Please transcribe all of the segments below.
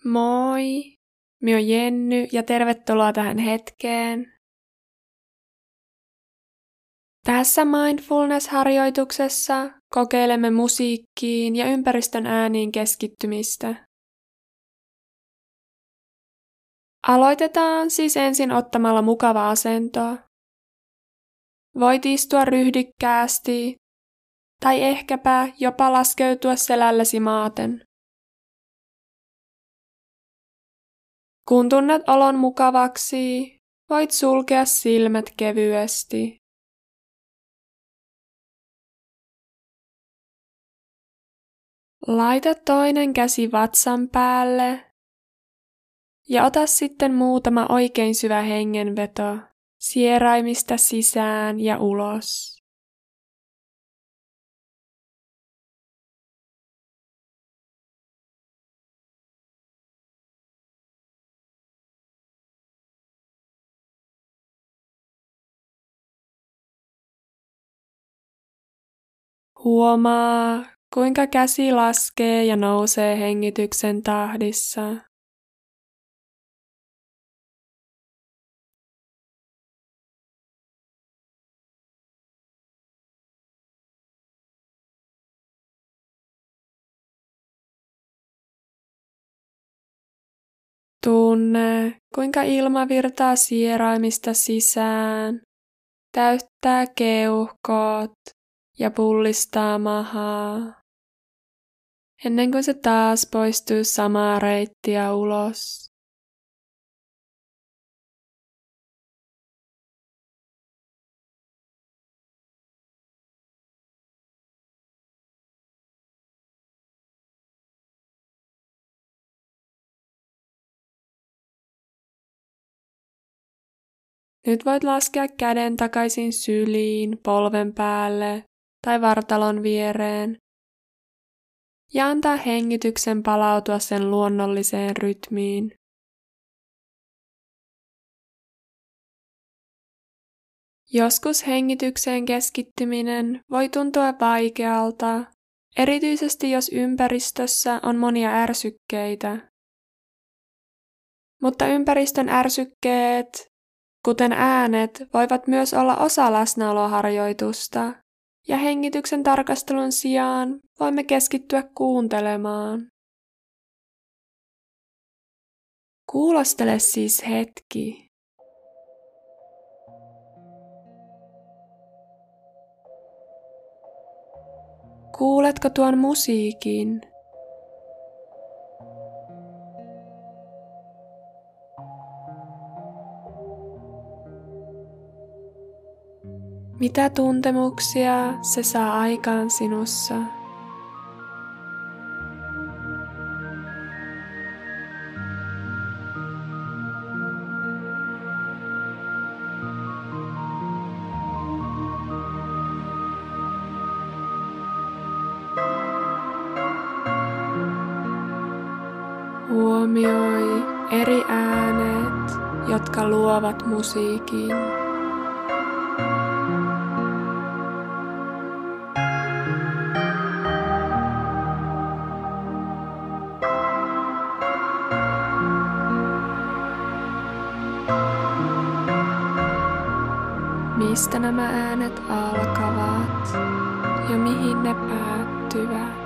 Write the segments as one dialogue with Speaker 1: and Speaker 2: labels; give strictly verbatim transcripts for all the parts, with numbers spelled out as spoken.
Speaker 1: Moi! Minä olen Jenny ja tervetuloa tähän hetkeen. Tässä mindfulness-harjoituksessa kokeilemme musiikkiin ja ympäristön ääniin keskittymistä. Aloitetaan siis ensin ottamalla mukava asento. Voit istua ryhdikkäästi tai ehkäpä jopa laskeutua selälläsi maaten. Kun tunnet olon mukavaksi, voit sulkea silmät kevyesti. Laita toinen käsi vatsan päälle ja ota sitten muutama oikein syvä hengenveto sieraimista sisään ja ulos. Huomaa, kuinka käsi laskee ja nousee hengityksen tahdissa. Tunne, kuinka ilmavirtaa sieraimista sisään, täyttää keuhkot ja pullistaa mahaa, ennen kuin se taas poistuu samaa reittiä ulos. Nyt voit laskea käden takaisin syliin, polven päälle tai vartalon viereen ja antaa hengityksen palautua sen luonnolliseen rytmiin. Joskus hengitykseen keskittyminen voi tuntua vaikealta, erityisesti jos ympäristössä on monia ärsykkeitä. Mutta ympäristön ärsykkeet, kuten äänet, voivat myös olla osa läsnäoloharjoitusta, ja hengityksen tarkastelun sijaan voimme keskittyä kuuntelemaan. Kuulostele siis hetki. Kuuletko tuon musiikin? Mitä tuntemuksia se saa aikaan sinussa? Huomioi eri äänet, jotka luovat musiikin. Mistä nämä äänet alkavat ja mihin ne päättyvät?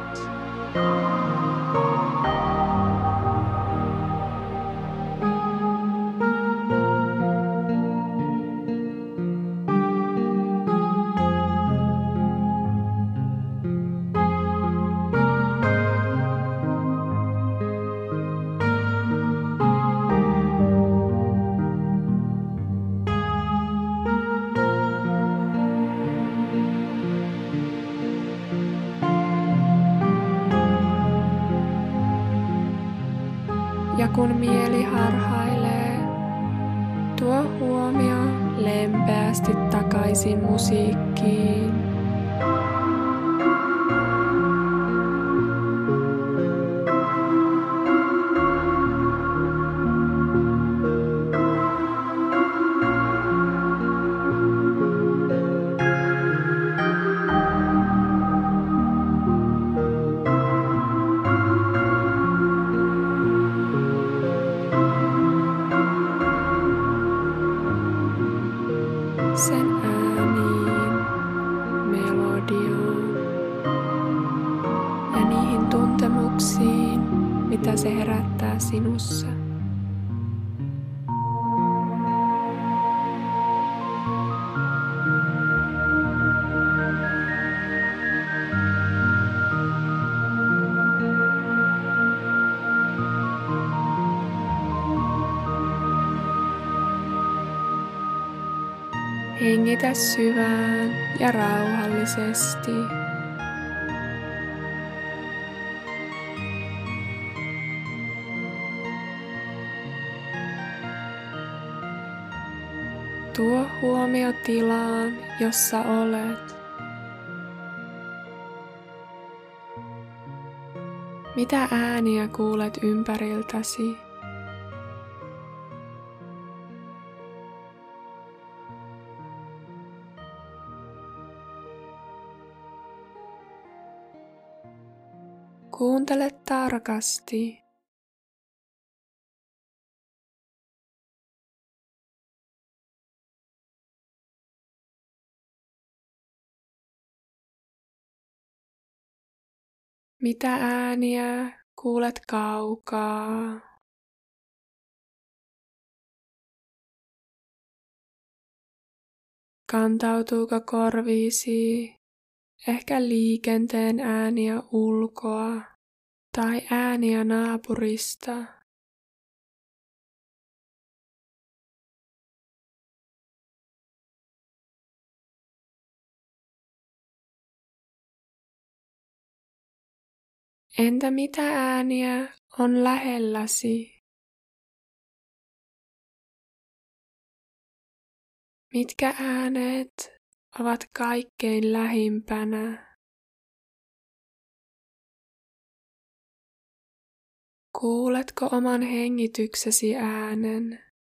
Speaker 1: Ja kun mieli harhailee, tuo huomio lempeästi takaisin musiikkiin. ajatuksiin, mitä se herättää sinussa. Hengitä syvään ja rauhallisesti. Tuo huomio tilaan, jossa olet. Mitä ääniä kuulet ympäriltäsi? Kuuntele tarkasti. Mitä ääniä kuulet kaukaa? Kantautuuko korviisi ehkä liikenteen ääniä ulkoa tai ääniä naapurista? Entä mitä ääniä on lähelläsi? Mitkä äänet ovat kaikkein lähimpänä? Kuuletko oman hengityksesi äänen?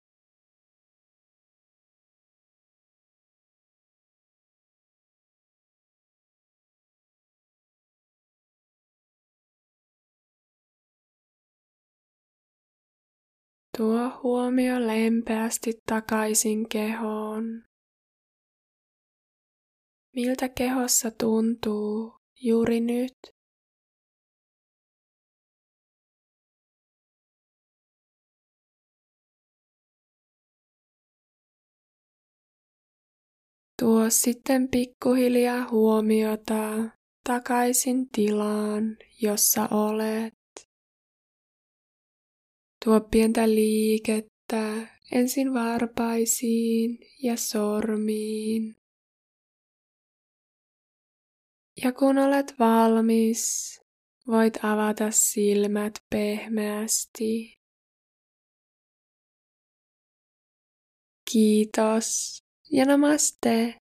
Speaker 1: Tuo huomio lempeästi takaisin kehoon. Miltä kehossa tuntuu juuri nyt? Tuo sitten pikkuhiljaa huomiota takaisin tilaan, jossa olet. Tuo pientä liikettä ensin varpaisiin ja sormiin. Ja kun olet valmis, voit avata silmät pehmeästi. Kiitos ja namaste.